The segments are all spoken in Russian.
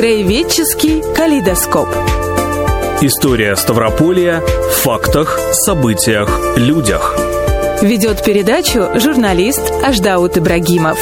Краеведческий калейдоскоп. История Ставрополья в фактах, событиях, людях. Ведет передачу журналист Аждаут Ибрагимов.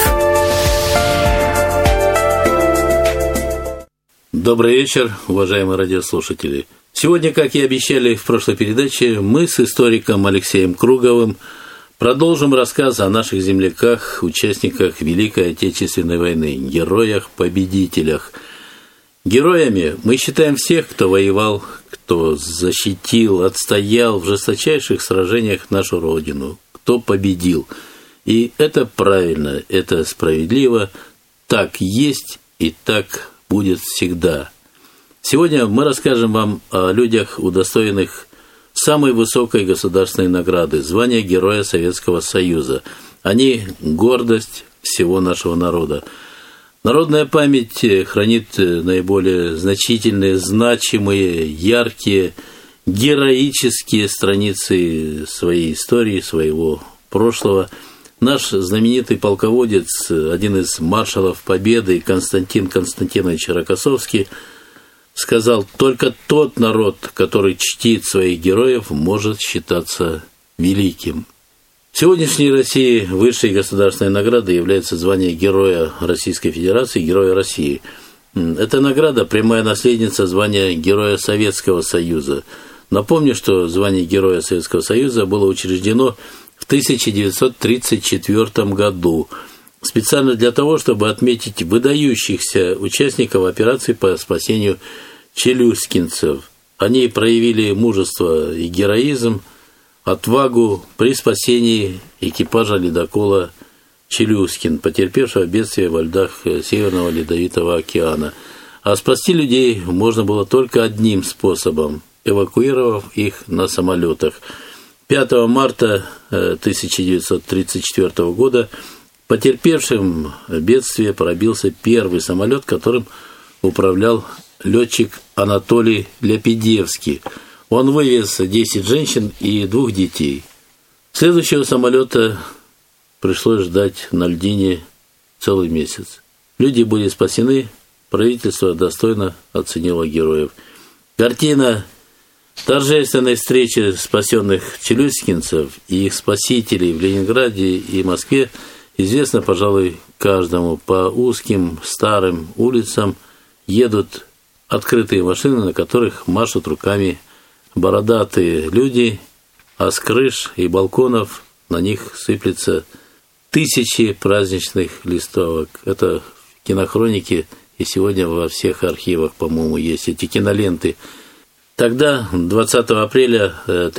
Добрый вечер, уважаемые радиослушатели. Сегодня, как и обещали в прошлой передаче, мы с историком Алексеем Круговым продолжим рассказ о наших земляках, участниках Великой Отечественной войны, героях-победителях. Героями мы считаем всех, кто воевал, кто защитил, отстоял в жесточайших сражениях нашу Родину, кто победил. И это правильно, это справедливо, так есть и так будет всегда. Сегодня мы расскажем вам о людях, удостоенных самой высокой государственной награды – звания Героя Советского Союза. Они – гордость всего нашего народа. Народная память хранит наиболее значительные, значимые, яркие, героические страницы своей истории, своего прошлого. Наш знаменитый полководец, один из маршалов Победы, Константин Константинович Рокоссовский, сказал: «Только тот народ, который чтит своих героев, может считаться великим». В сегодняшней России высшей государственной наградой является звание Героя Российской Федерации, Героя России. Эта награда – прямая наследница звания Героя Советского Союза. Напомню, что звание Героя Советского Союза было учреждено в 1934 году специально для того, чтобы отметить выдающихся участников операции по спасению челюскинцев. Они проявили мужество и героизм, отвагу при спасении экипажа ледокола «Челюскин», потерпевшего бедствие во льдах Северного Ледовитого океана. А спасти людей можно было только одним способом – эвакуировав их на самолетах. 5 марта 1934 года потерпевшим бедствие пробился первый самолет, которым управлял летчик Анатолий Лепедевский. Он вывез 10 женщин и 2 детей. Следующего самолета пришлось ждать на льдине целый месяц. Люди были спасены, правительство достойно оценило героев. Картина торжественной встречи спасенных челюскинцев и их спасителей в Ленинграде и Москве известна, пожалуй, каждому. По узким старым улицам едут открытые машины, на которых машут руками бородатые люди, а с крыш и балконов на них сыплются тысячи праздничных листовок. Это в кинохронике, и сегодня во всех архивах, по-моему, есть эти киноленты. Тогда, 20 апреля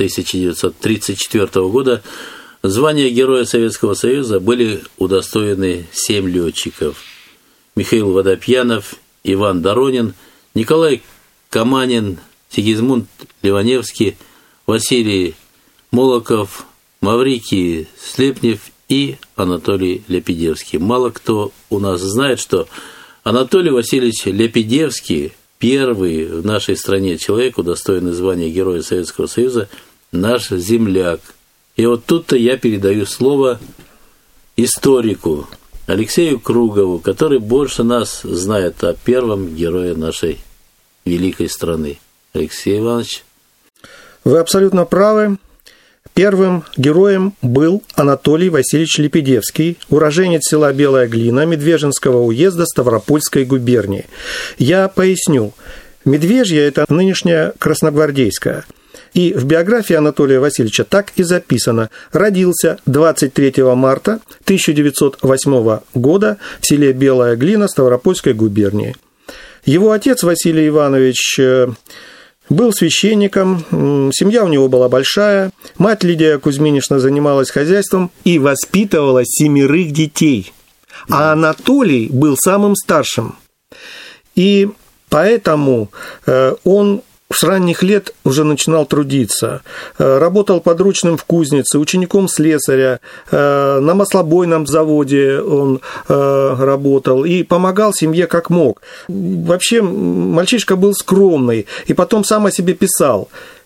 1934 года, звания Героя Советского Союза были удостоены 7 летчиков. Михаил Водопьянов, Иван Доронин, Николай Каманин, Сигизмунд Ливаневский, Василий Молоков, Маврикий Слепнев и Анатолий Лепедевский. Мало кто у нас знает, что Анатолий Васильевич Лепедевский – первый в нашей стране человек, удостоенный звания Героя Советского Союза, наш земляк. И вот тут-то я передаю слово историку Алексею Кругову, который больше нас знает о первом герое нашей великой страны. Алексей Иванович. Вы абсолютно правы. Первым героем был Анатолий Васильевич Лепедевский, уроженец села Белая Глина Медвежьинского уезда Ставропольской губернии. Я поясню. Медвежье – это нынешняя Красногвардейская. И в биографии Анатолия Васильевича так и записано. Родился 23 марта 1908 года в селе Белая Глина Ставропольской губернии. Его отец Василий Иванович был священником, семья у него была большая, мать Лидия Кузьминична занималась хозяйством и воспитывала 7 детей, а Анатолий был самым старшим. И поэтому он с ранних лет уже начинал трудиться. Работал подручным в кузнице, учеником слесаря, на маслобойном заводе он работал и помогал семье как мог. Вообще мальчишка был скромный, и потом сам о себе писал: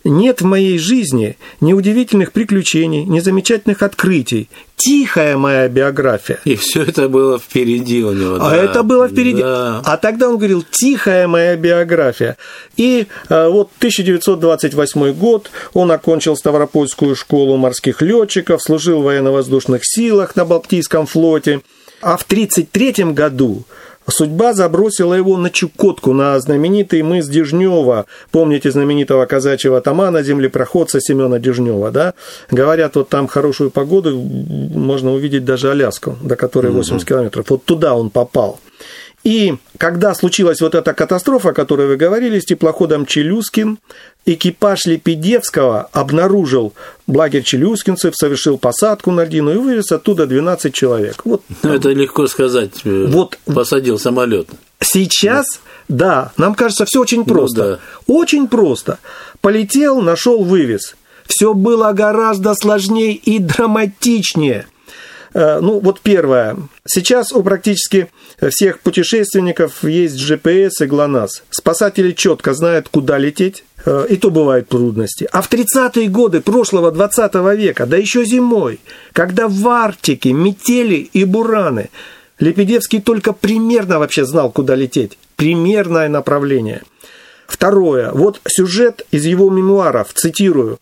Нет в моей жизни ни удивительных приключений, ни замечательных открытий. Тихая моя биография. И все это было впереди у него. А да. это было впереди. Да. А тогда он говорил: тихая моя биография. И вот 1928 год он окончил Ставропольскую школу морских летчиков, служил в военно-воздушных силах на Балтийском флоте. А в 1933 году судьба забросила его на Чукотку, на знаменитый мыс Дежнева. Помните знаменитого казачьего атамана, землепроходца Семена Дежнева, да? Говорят, вот там хорошую погоду можно увидеть даже Аляску, до которой 80 километров. Вот туда он попал. И когда случилась вот эта катастрофа, о которой вы говорили, с теплоходом «Челюскин», экипаж Лепедевского обнаружил лагерь челюскинцев, совершил посадку на льдину и вывез оттуда 12 человек. Вот, это легко сказать. Вот посадил самолет. Сейчас, да, нам кажется, все очень просто. Ну, да. Очень просто. Полетел, нашел, вывез. Все было гораздо сложнее и драматичнее. Ну, вот первое. Сейчас у практически всех путешественников есть GPS и ГЛОНАСС. Спасатели четко знают, куда лететь, и то бывают трудности. А в 30-е годы прошлого 20 века, да еще зимой, когда в Арктике метели и бураны, Лепедевский только примерно вообще знал, куда лететь. Примерное направление. Второе. Вот сюжет из его мемуаров, цитирую.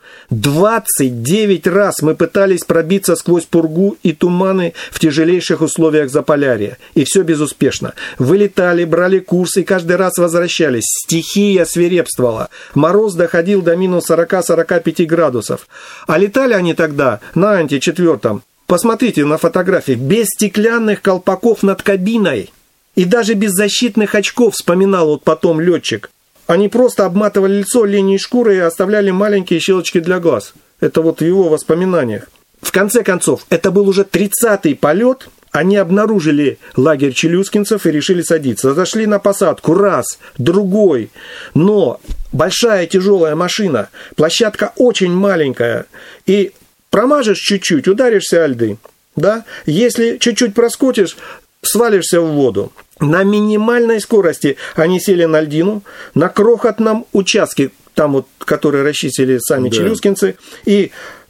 29 раз мы пытались пробиться сквозь пургу и туманы в тяжелейших условиях Заполярья. И все безуспешно. Вылетали, брали курс и каждый раз возвращались. Стихия свирепствовала. Мороз доходил до минус 40-45 градусов. А летали они тогда на Анти-4. Посмотрите на фотографии. Без стеклянных колпаков над кабиной. И даже без защитных очков, вспоминал вот потом летчик. Они просто обматывали лицо оленьей шкурой и оставляли маленькие щелочки для глаз. Это вот в его воспоминаниях. В конце концов, это был уже 30-й полет. Они обнаружили лагерь челюскинцев и решили садиться. Зашли на посадку. Раз, другой. Но большая тяжелая машина. Площадка очень маленькая. И промажешь чуть-чуть, ударишься о льды. Да? Если чуть-чуть проскочишь, свалишься в воду. На минимальной скорости они сели на льдину, на крохотном участке, там вот, который расчистили сами челюскинцы. И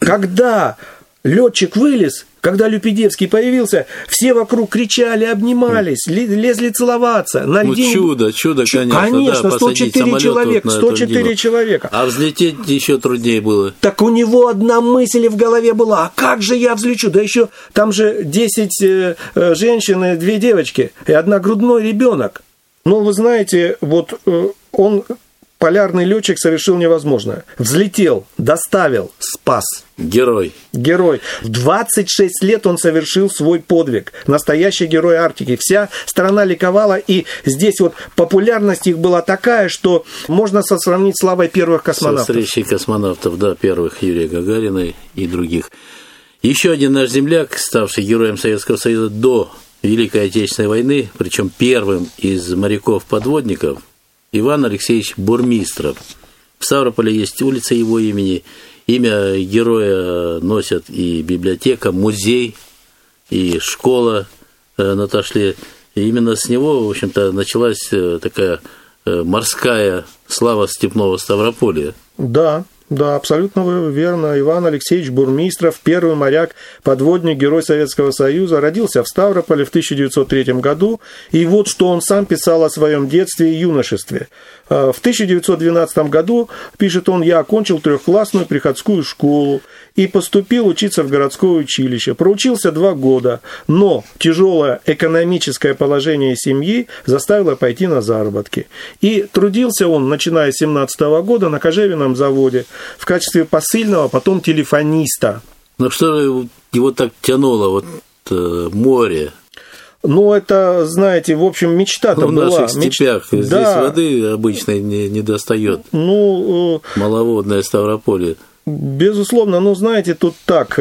когда летчик вылез, когда Лепедевский появился, все вокруг кричали, обнимались, лезли целоваться. На льдине... Чудо, конечно. Конечно, да, 104 человека, 104 человека. А взлететь еще труднее было. Так у него одна мысль в голове была: а как же я взлечу? Да еще там же 10 женщин и 2 девочки, и 1 грудной ребенок. Ну, вы знаете, вот он... Полярный летчик совершил невозможное. Взлетел, доставил, спас. Герой. В 26 лет он совершил свой подвиг. Настоящий герой Арктики. Вся страна ликовала, и здесь вот популярность их была такая, что можно сравнить с славой первых космонавтов. Со встречей космонавтов, да, первых, Юрия Гагарина и других. Еще один наш земляк, ставший героем Советского Союза до Великой Отечественной войны, причем первым из моряков-подводников, Иван Алексеевич Бурмистров. В Ставрополе есть улица его имени. Имя героя носят и библиотека, музей, и школа на Ташле. И именно с него, в общем-то, началась такая морская слава степного Ставрополья. Да, абсолютно верно. Иван Алексеевич Бурмистров, первый моряк-подводник, герой Советского Союза, родился в Ставрополе в 1903 году. И вот что он сам писал о своем детстве и юношестве. В 1912 году, пишет он, я окончил 3-классную приходскую школу и поступил учиться в городское училище. Проучился 2 года, но тяжелое экономическое положение семьи заставило пойти на заработки. И трудился он, начиная с 1917 года, на кожевенном заводе в качестве посыльного, потом телефониста. Ну что его так тянуло, вот море? Ну, это, знаете, в общем, мечта-то была. В наших степях. Здесь воды обычно не достает. Маловодное Ставрополье. Безусловно, знаете, тут так.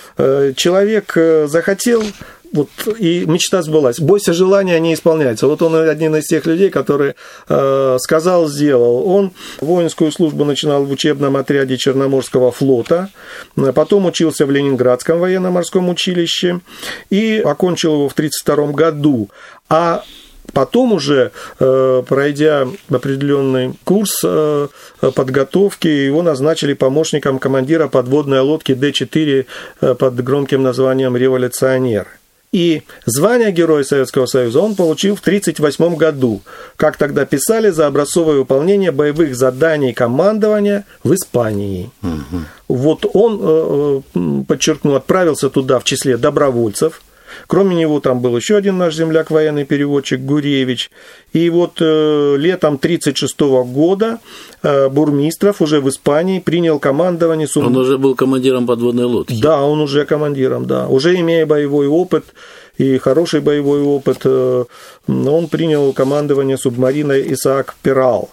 Человек захотел, вот, и мечта сбылась. Бойся желания, не исполняется. Вот он один из тех людей, который сказал, сделал. Он воинскую службу начинал в учебном отряде Черноморского флота, потом учился в Ленинградском военно-морском училище и окончил его в 1932 году. А Потом уже, пройдя определенный курс подготовки, его назначили помощником командира подводной лодки Д-4 под громким названием «Революционер». И звание Героя Советского Союза он получил в 1938 году, как тогда писали, за образцовое выполнение боевых заданий командования в Испании. Вот он, подчеркну, отправился туда в числе добровольцев. Кроме него там был еще один наш земляк, военный переводчик Гуревич. И вот летом 1936 года Бурмистров уже в Испании принял командование... Он уже был командиром подводной лодки. Да, он уже командиром, да. Уже имея боевой опыт и хороший боевой опыт, он принял командование субмариной «Исаак Пирал».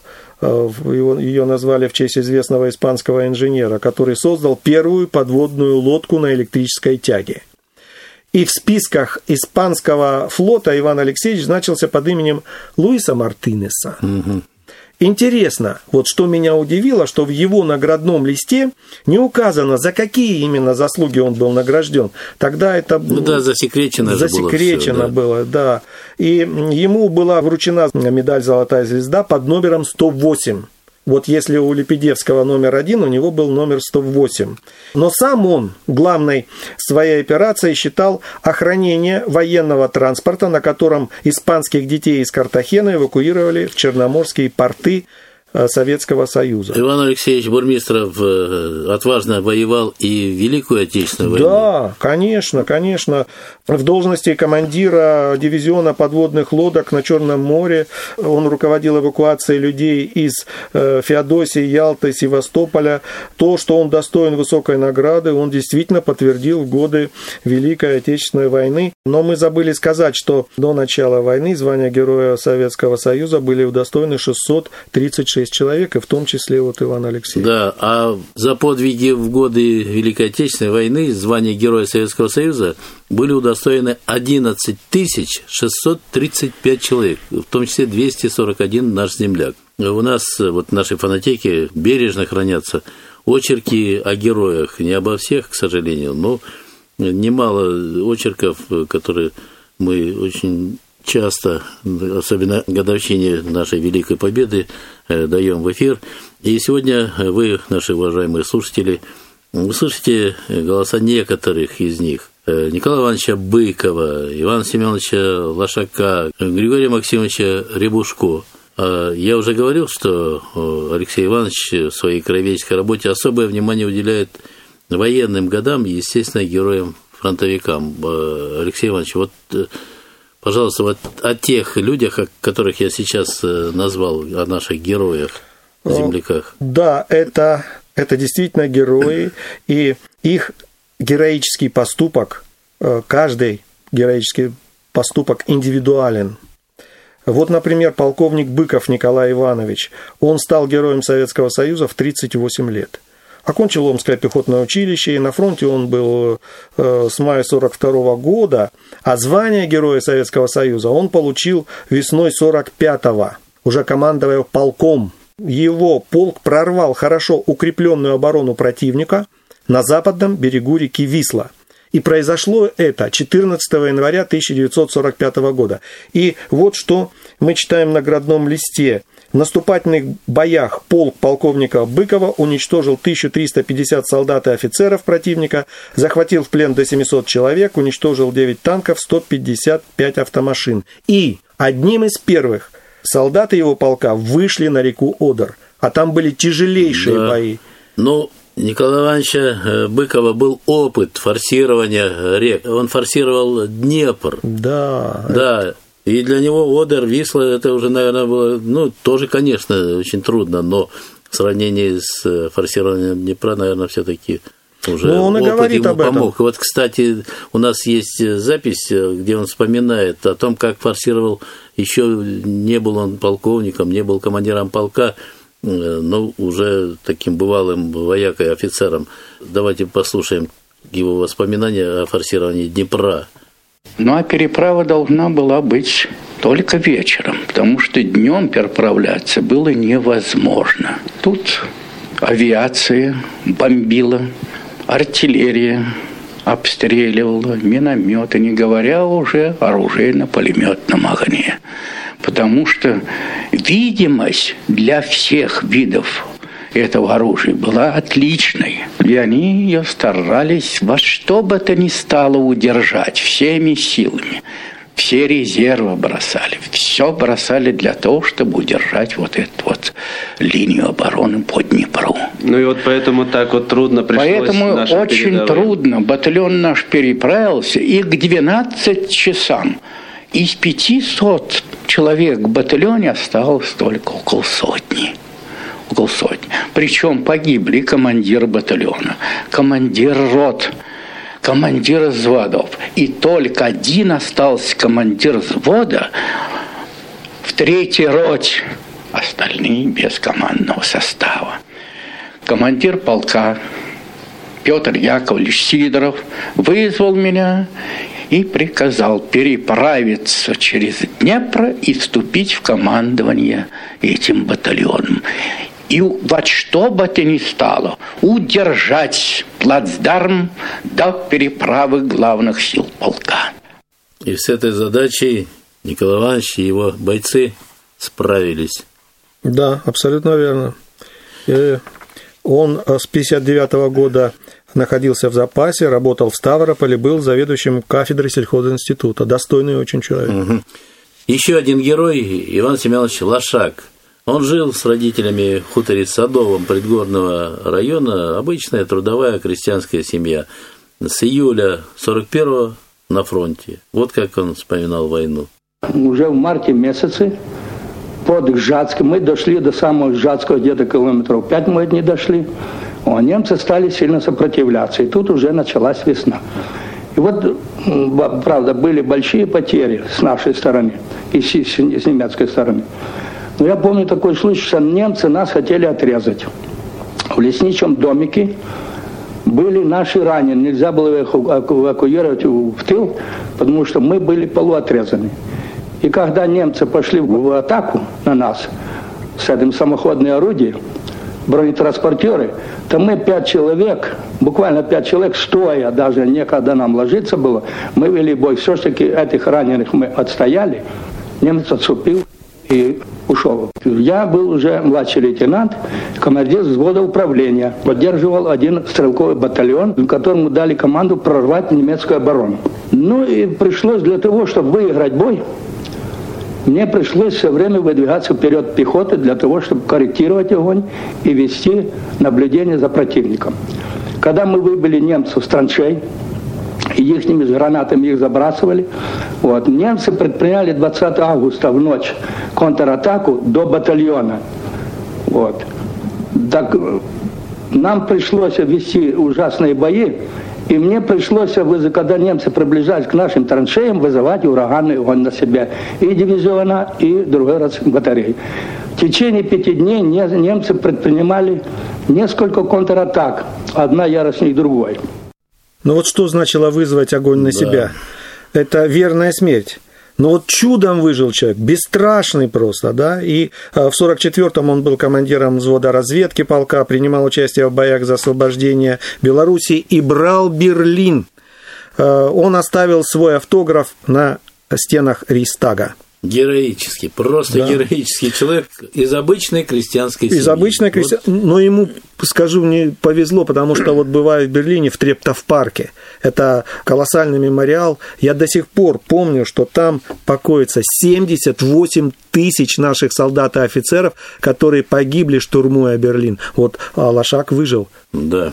Ее назвали в честь известного испанского инженера, который создал первую подводную лодку на электрической тяге. И в списках испанского флота Иван Алексеевич значился под именем Луиса Мартинеса. Интересно, вот что меня удивило, что в его наградном листе не указано, за какие именно заслуги он был награжден. Тогда это засекречено было, да. И ему была вручена медаль «Золотая звезда» под номером 108. Вот если у Лепедевского номер 1, у него был номер 108. Но сам он главной своей операцией считал охранение военного транспорта, на котором испанских детей из Картахена эвакуировали в черноморские порты Советского Союза. Иван Алексеевич Бурмистров отважно воевал и в Великую Отечественную войну. Да, конечно, конечно. В должности командира дивизиона подводных лодок на Черном море он руководил эвакуацией людей из Феодосии, Ялты, Севастополя. То, что он достоин высокой награды, он действительно подтвердил в годы Великой Отечественной войны. Но мы забыли сказать, что до начала войны звания Героя Советского Союза были удостоены 636 человек, и в том числе вот Иван Алексеевич. Да, а за подвиги в годы Великой Отечественной войны звания Героя Советского Союза были удостоены 11 635 человек, в том числе 241 наш земляк. У нас вот в нашей фонотеке бережно хранятся очерки о героях, не обо всех, к сожалению, но немало очерков, которые мы очень часто, особенно к годовщине нашей Великой Победы, даем в эфир. И сегодня вы, наши уважаемые слушатели, услышите голоса некоторых из них. Николая Ивановича Быкова, Ивана Семеновича Лошака, Григория Максимовича Рябушко. Я уже говорил, что Алексей Иванович в своей краеведческой работе особое внимание уделяет военным годам и, естественно, героям-фронтовикам. Алексей Иванович, вот, пожалуйста, вот о тех людях, которых я сейчас назвал, о наших героях, земляках. Да, это действительно герои, и их героический поступок, каждый героический поступок индивидуален. Вот, например, полковник Быков Николай Иванович, он стал героем Советского Союза в 38 лет. Окончил Омское пехотное училище, и на фронте он был с мая 1942 года, а звание Героя Советского Союза он получил весной 1945-го, уже командуя полком. Его полк прорвал хорошо укрепленную оборону противника на западном берегу реки Висла. И произошло это 14 января 1945 года. И вот что мы читаем в наградном листе. В наступательных боях полк полковника Быкова уничтожил 1350 солдат и офицеров противника, захватил в плен до 700 человек, уничтожил 9 танков, 155 автомашин. И одним из первых солдаты его полка вышли на реку Одер, а там были тяжелейшие бои. Ну, Николая Ивановича Быкова был опыт форсирования рек. Он форсировал Днепр. Да. И для него Одер, Висла, это уже, наверное, было, тоже, конечно, очень трудно, но в сравнении с форсированием Днепра, наверное, все-таки уже он и опыт говорит ему об этом. помог. Вот, кстати, у нас есть запись, где он вспоминает о том, как форсировал, еще не был он полковником, не был командиром полка, но уже таким бывалым воякой, офицером. Давайте послушаем его воспоминания о форсировании Днепра. Ну, а переправа должна была быть только вечером, потому что днем переправляться было невозможно. Тут авиация бомбила, артиллерия обстреливала, минометы, не говоря уже о оружейно-пулеметном огне. потому что видимость для всех видов этого оружия была отличной. И они ее старались во что бы то ни стало удержать всеми силами. Все резервы бросали, все бросали для того, чтобы удержать вот эту вот линию обороны по Днепру. Ну и вот поэтому так вот трудно пришлось. Поэтому очень трудно. Батальон наш переправился, и к 12 часам из 500 человек в батальоне осталось только около сотни. Причем погибли командир батальона, командир рот, командир взводов. И только один остался командир взвода в 3-й роте. Остальные без командного состава. Командир полка Петр Яковлевич Сидоров вызвал меня и приказал переправиться через Днепр и вступить в командование этим батальоном. И во что бы то ни стало удержать плацдарм до переправы главных сил полка. И с этой задачей Николай Иванович и его бойцы справились. Да, абсолютно верно. Он с 1959 года находился в запасе, работал в Ставрополе, был заведующим кафедрой сельхозинститута. Достойный очень человек. Угу. Еще один герой – Иван Семенович Лошак. Он жил с родителями в хуторе Садовом Предгорного района. Обычная трудовая крестьянская семья. С июля 41-го на фронте. Вот как он вспоминал войну. Уже в марте месяце под Жацком мы дошли до самого Жацкого, где-то километров 5 мы не дошли. А немцы стали сильно сопротивляться. И тут уже началась весна. И вот, правда, были большие потери с нашей стороны и с немецкой стороны. Но я помню такой случай, что немцы нас хотели отрезать. В лесничьем домике были наши раненые. Нельзя было их эвакуировать в тыл, потому что мы были полуотрезаны. И когда немцы пошли в атаку на нас с этим самоходным орудием, бронетранспортеры, то мы 5 человек, буквально 5 человек, стоя, даже некогда нам ложиться было, мы вели бой. Все-таки этих раненых мы отстояли, немец отступил и ушел. Я был уже младший лейтенант, командир взвода управления, поддерживал один стрелковый батальон, которому дали команду прорвать немецкую оборону. Ну и пришлось для того, чтобы выиграть бой, мне пришлось все время выдвигаться вперед пехоты для того, чтобы корректировать огонь и вести наблюдение за противником. Когда мы выбили немцев с траншей, и ихними гранатами их забрасывали, вот, немцы предприняли 20 августа в ночь контратаку до батальона. Вот. Так нам пришлось вести ужасные бои, и мне пришлось, когда немцы приближались к нашим траншеям, вызывать ураганный огонь на себя и дивизиона, и другой раз батареи. В течение 5 дней немцы предпринимали несколько контратак, одна яростнее другой. Но вот что значило вызвать огонь на себя? Это верная смерть. Но вот чудом выжил человек, бесстрашный просто, да, и в 44-м он был командиром взвода разведки полка, принимал участие в боях за освобождение Белоруссии и брал Берлин. Он оставил свой автограф на стенах Рейхстага. Героический, просто героический человек из обычной крестьянской семьи. Из обычной крестьянской, вот. Но ему, скажу, мне повезло, потому что вот бываю в Берлине, в Трептов-парке, это колоссальный мемориал, я до сих пор помню, что там покоится 78 тысяч наших солдат и офицеров, которые погибли, штурмуя Берлин. Вот Лошак выжил. Да.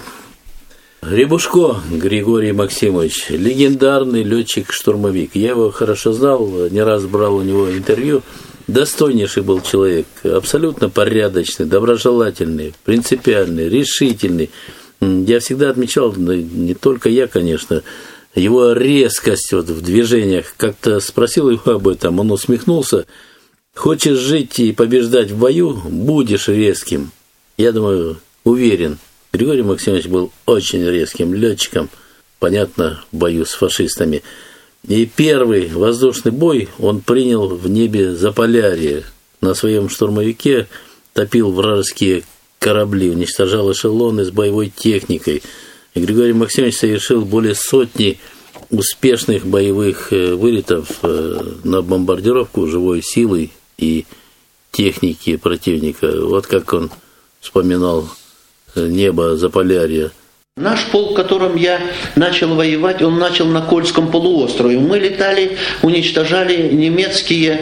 Рябушко Григорий Максимович, легендарный летчик-штурмовик. Я его хорошо знал, не раз брал у него интервью. Достойнейший был человек, абсолютно порядочный, доброжелательный, принципиальный, решительный. Я всегда отмечал, не только я, конечно, его резкость вот в движениях. Как-то спросил его об этом, он усмехнулся. Хочешь жить и побеждать в бою, будешь резким. Я думаю, уверен. Григорий Максимович был очень резким летчиком, понятно, в бою с фашистами. И первый воздушный бой он принял в небе Заполярье. На своем штурмовике топил вражеские корабли, уничтожал эшелоны с боевой техникой. И Григорий Максимович совершил более 100 успешных боевых вылетов на бомбардировку живой силой и техники противника. Вот как он вспоминал небо Заполярья. Наш полк, в котором я начал воевать, он начал на Кольском полуострове. Мы летали, уничтожали немецкие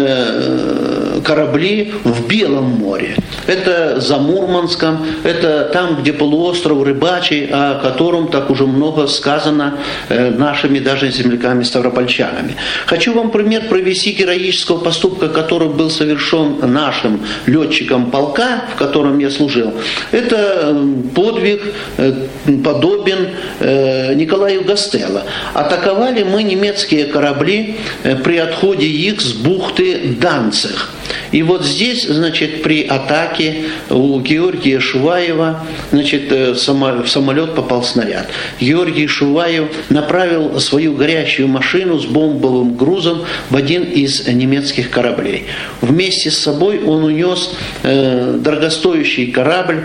корабли в Белом море. Это за Мурманском, это там, где полуостров Рыбачий, о котором так уже много сказано нашими даже земляками-ставропольчанами. Хочу вам пример привести героического поступка, который был совершен нашим летчиком полка, в котором я служил. Это подвиг подобен Николаю Гастелло. Атаковали мы немецкие корабли при отходе их с бухты Данциг. И вот здесь, значит, при атаке у Георгия Шуваева, значит, в самолет попал снаряд. Георгий Шуваев направил свою горящую машину с бомбовым грузом в один из немецких кораблей. Вместе с собой он унес дорогостоящий корабль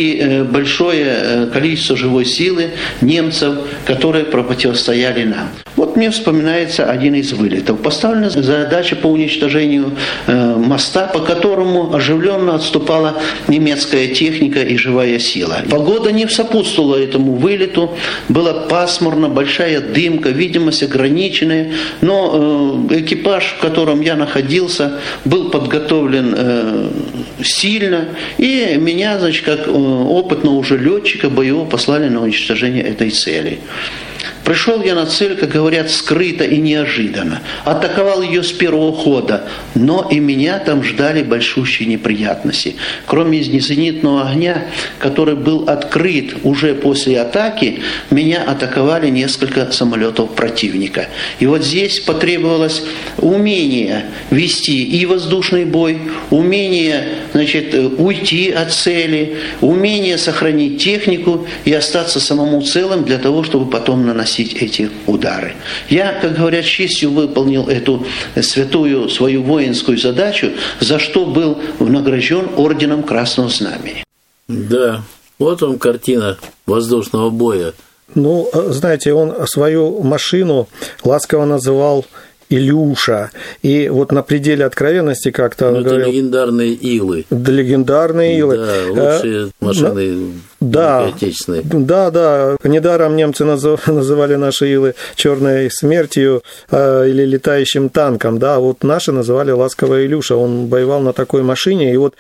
и большое количество живой силы немцев, которые противостояли нам. Вот мне вспоминается один из вылетов. Поставлена задача по уничтожению моста, по которому оживленно отступала немецкая техника и живая сила. Погода не сопутствовала этому вылету, было пасмурно, большая дымка, видимость ограниченная, но экипаж, в котором я находился, был подготовлен сильно, и меня, значит, как опытного уже летчика боевого послали на уничтожение этой цели. Пришел я на цель, как говорят, скрыто и неожиданно. Атаковал ее с первого хода, но и меня там ждали большущие неприятности. Кроме зенитного огня, который был открыт уже после атаки, меня атаковали несколько самолетов противника. И вот здесь потребовалось умение вести и воздушный бой, умение, значит, уйти от цели, умение сохранить технику и остаться самому целым для того, чтобы потом наносить эти удары. Я, как говорят, с честью выполнил эту святую свою воинскую задачу, за что был награжден орденом Красного Знамени. Да, вот вам картина воздушного боя. Ну, знаете, он свою машину ласково называл Илюша. И вот на пределе откровенности как-то он говорил... Это легендарные Илы. Да, легендарные Илы. Да, лучшие машины отечественные. Да. Недаром немцы называли наши Илы черной смертью или летающим танком. Да, вот наши называли ласково Илюша. Он воевал на такой машине. И вот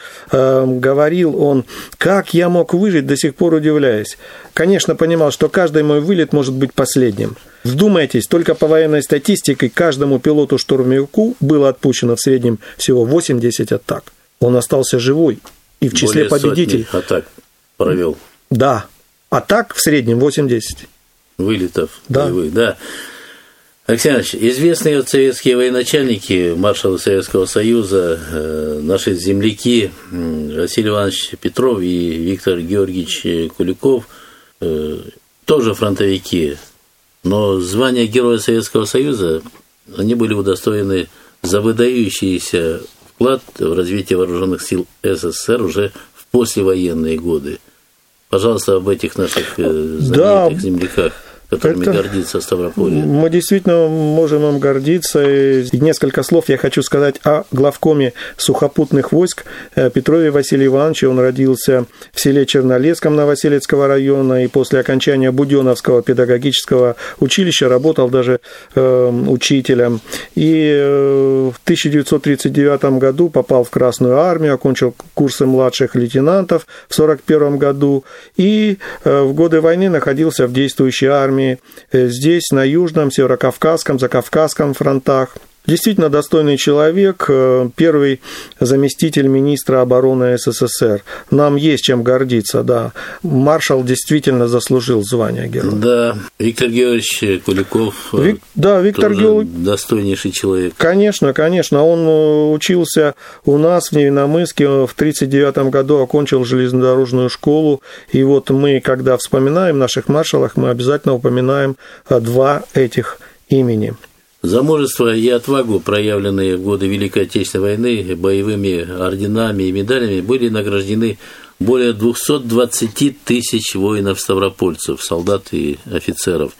говорил он, как я мог выжить, до сих пор удивляюсь. Конечно, понимал, что каждый мой вылет может быть последним. Вдумайтесь, только по военной статистике каждому пилоту-штурмовику было отпущено в среднем всего 8-10 атак. Он остался живой и в числе победителей. Атак провел. Да, атак в среднем 8-10. Вылетов да. Боевых, да. Алексей Иванович, известные советские военачальники, маршалы Советского Союза, наши земляки Василий Иванович Петров и Виктор Георгиевич Куликов, тоже фронтовики, но звание Героя Советского Союза они были удостоены за выдающийся вклад в развитие вооруженных сил СССР уже в послевоенные годы. Пожалуйста, об этих наших знаменитых земляках, которыми гордится Ставрополье. Мы действительно можем им гордиться. И несколько слов я хочу сказать о главкоме сухопутных войск Петрове Василии Ивановиче. Он родился в селе Чернолесском Новоселецкого района и после окончания Будённовского педагогического училища работал даже учителем. И в 1939 году попал в Красную армию, окончил курсы младших лейтенантов в 1941 году и в годы войны находился в действующей армии здесь, на Южном, Северокавказском, Закавказском фронтах. Действительно достойный человек, первый заместитель министра обороны СССР. Нам есть чем гордиться, да. Маршал действительно заслужил звание героя. Да, Виктор Георгиевич Куликов. Виктор Георгиевич достойнейший человек. Конечно. Он учился у нас в Невиномысске, в 1939 году окончил железнодорожную школу. И вот мы, когда вспоминаем наших маршалов, мы обязательно упоминаем два этих имени. За мужество и отвагу, проявленные в годы Великой Отечественной войны боевыми орденами и медалями, были награждены более 220 тысяч воинов-ставропольцев, солдат и офицеров.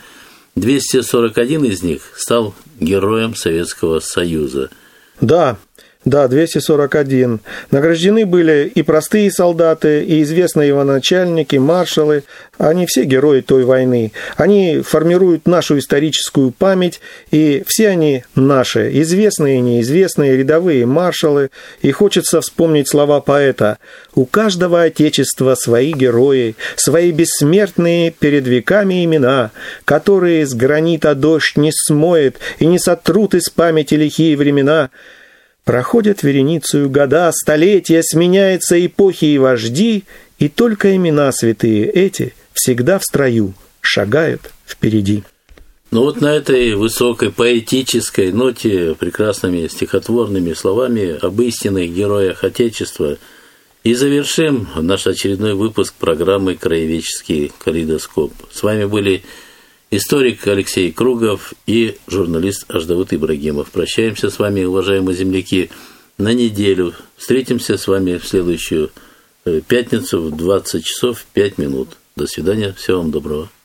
241 из них стал героем Советского Союза. Да, 241. Награждены были и простые солдаты, и известные военачальники, маршалы. Они все герои той войны. Они формируют нашу историческую память, и все они наши, известные и неизвестные, рядовые маршалы. И хочется вспомнить слова поэта: «У каждого отечества свои герои, свои бессмертные перед веками имена, которые с гранита дождь не смоет и не сотрут из памяти лихие времена». Проходят вереницею года, столетия, сменяются эпохи и вожди, и только имена святые эти всегда в строю шагают впереди. Ну вот на этой высокой поэтической ноте, прекрасными стихотворными словами об истинных героях Отечества и завершим наш очередной выпуск программы «Краеведческий калейдоскоп». С вами были историк Алексей Кругов и журналист Аждаут Ибрагимов. Прощаемся с вами, уважаемые земляки, на неделю. Встретимся с вами в следующую пятницу в 20 часов 5 минут. До свидания, всего вам доброго.